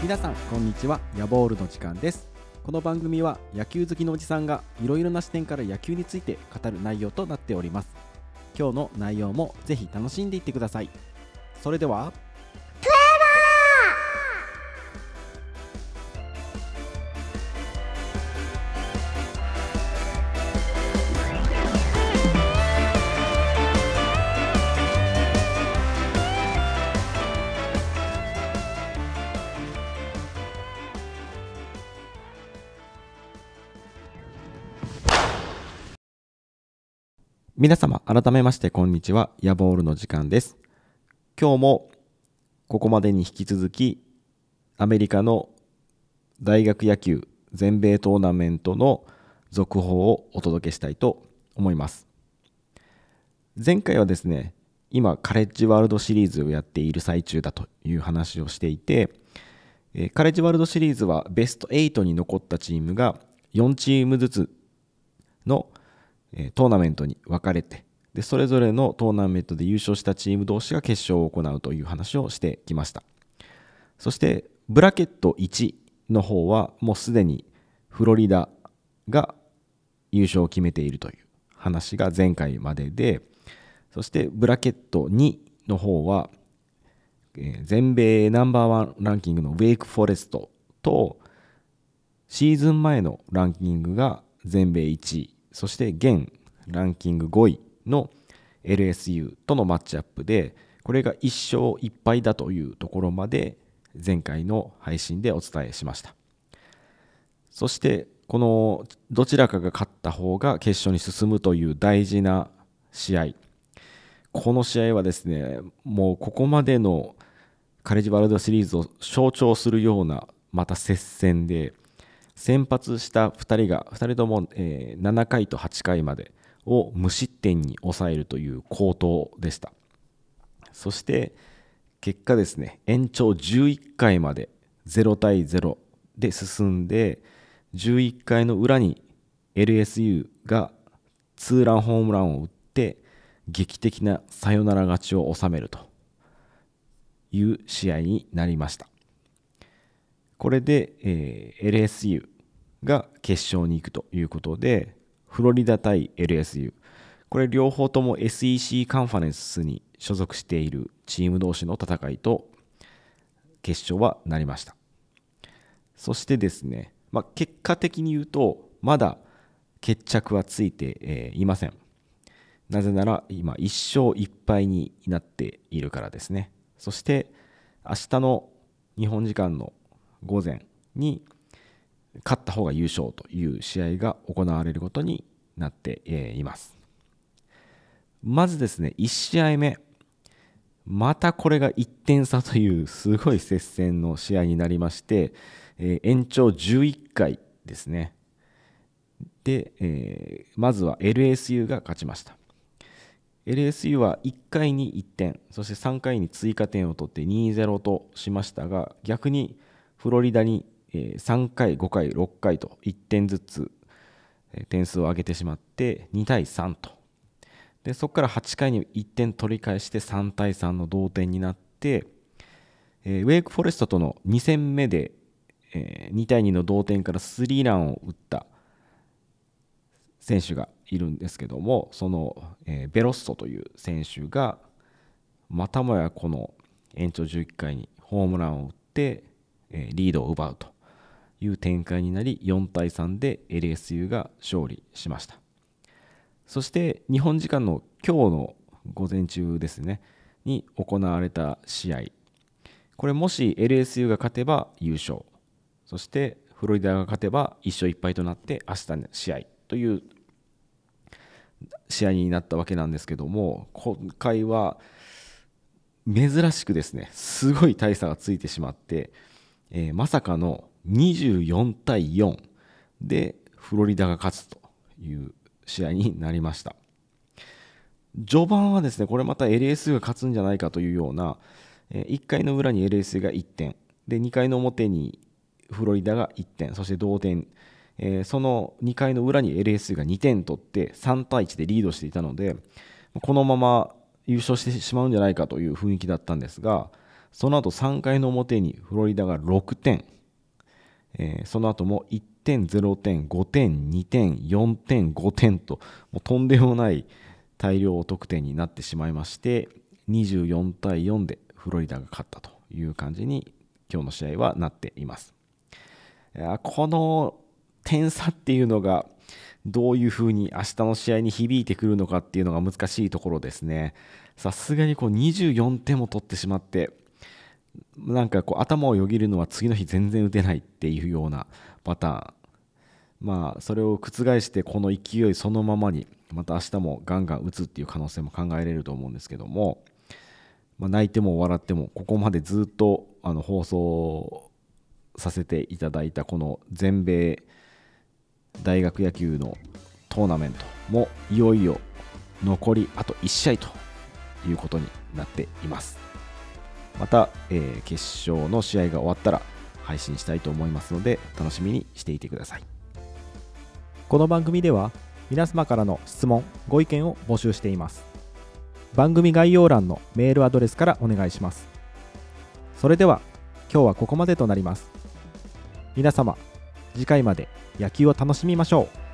皆さんこんにちは。ヤボールの時間です。この番組は野球好きのおじさんがいろいろな視点から野球について語る内容となっております。今日の内容もぜひ楽しんでいってください。それでは皆様改めましてこんにちは。ヤボールの時間です。今日もここまでに引き続きアメリカの大学野球全米トーナメントの続報をお届けしたいと思います。前回はですね、今カレッジワールドシリーズをやっている最中だという話をしていて、カレッジワールドシリーズはベスト8に残ったチームが4チームずつのトーナメントに分かれて、でそれぞれのトーナメントで優勝したチーム同士が決勝を行うという話をしてきました。そしてブラケット1の方はもうすでにフロリダが優勝を決めているという話が前回までで、そしてブラケット2の方は全米ナンバーワンランキングのウェイクフォレストとシーズン前のランキングが全米1位、そして現ランキング5位の LSU とのマッチアップで、これが1勝1敗だというところまで前回の配信でお伝えしました。そしてこのどちらかが勝った方が決勝に進むという大事な試合、この試合はですね、もうここまでのカレッジワールドシリーズを象徴するようなまた接戦で、先発した2人とも7回と8回までを無失点に抑えるという好投でした。そして結果ですね、延長11回まで0対0で進んで、11回の裏に LSU がツーランホームランを打って劇的なサヨナラ勝ちを収めるという試合になりました。これで、LSU が決勝に行くということで、フロリダ対 LSU、 これ両方とも SEC カンファレンスに所属しているチーム同士の戦いと決勝はなりました。そしてですね、結果的に言うとまだ決着はついていません。なぜなら今1勝1敗になっているからですね。そして明日の日本時間の午前に勝った方が優勝という試合が行われることになっています。まずですね、1試合目、またこれが1点差というすごい接戦の試合になりまして、延長11回ですね。で、まずは LSU が勝ちました。LSU は1回に1点、そして3回に追加点を取って 2-0 としましたが、逆にフロリダに3回、5回、6回と1点ずつ点数を上げてしまって2対3と。でそこから8回に1点取り返して3対3の同点になって、ウェイクフォレストとの2戦目で2対2の同点からスリーランを打った選手がいるんですけども、そのベロッソという選手がまたもやこの延長11回にホームランを打ってリードを奪うという展開になり、4対3で LSU が勝利しました。そして日本時間の今日の午前中ですねに行われた試合、これもし LSU が勝てば優勝、そしてフロリダが勝てば1勝1敗となって明日の試合という試合になったわけなんですけども、今回は珍しくですね、すごい大差がついてしまって、まさかの24対4でフロリダが勝つという試合になりました。序盤はですね、これまた LSU が勝つんじゃないかというような、1回の裏に LSU が1点で、2回の表にフロリダが1点、そして同点、その2回の裏に LSU が2点取って3対1でリードしていたので、このまま優勝してしまうんじゃないかという雰囲気だったんですが、 その後3回の表にフロリダが6点、その後も1点、0点、5点、2点、4点、5点と、もうとんでもない大量得点になってしまいまして、24対4でフロリダが勝ったという感じに今日の試合はなっています。この点差っていうのがどういうふうに明日の試合に響いてくるのかっていうのが難しいところですね。さすがに24点も取ってしまって、なんか頭をよぎるのは次の日全然打てないっていうようなパターン。まあそれを覆してこの勢いそのままにまた明日もガンガン打つっていう可能性も考えられると思うんですけども、泣いても笑ってもここまでずっと放送させていただいたこの全米大学野球のトーナメントもいよいよ残りあと1試合ということになっています。また、決勝の試合が終わったら配信したいと思いますので楽しみにしていてください。 この番組では皆様からの質問・ご意見を募集しています。番組概要欄のメールアドレスからお願いします。それでは今日はここまでとなります。皆様、次回まで野球を楽しみましょう。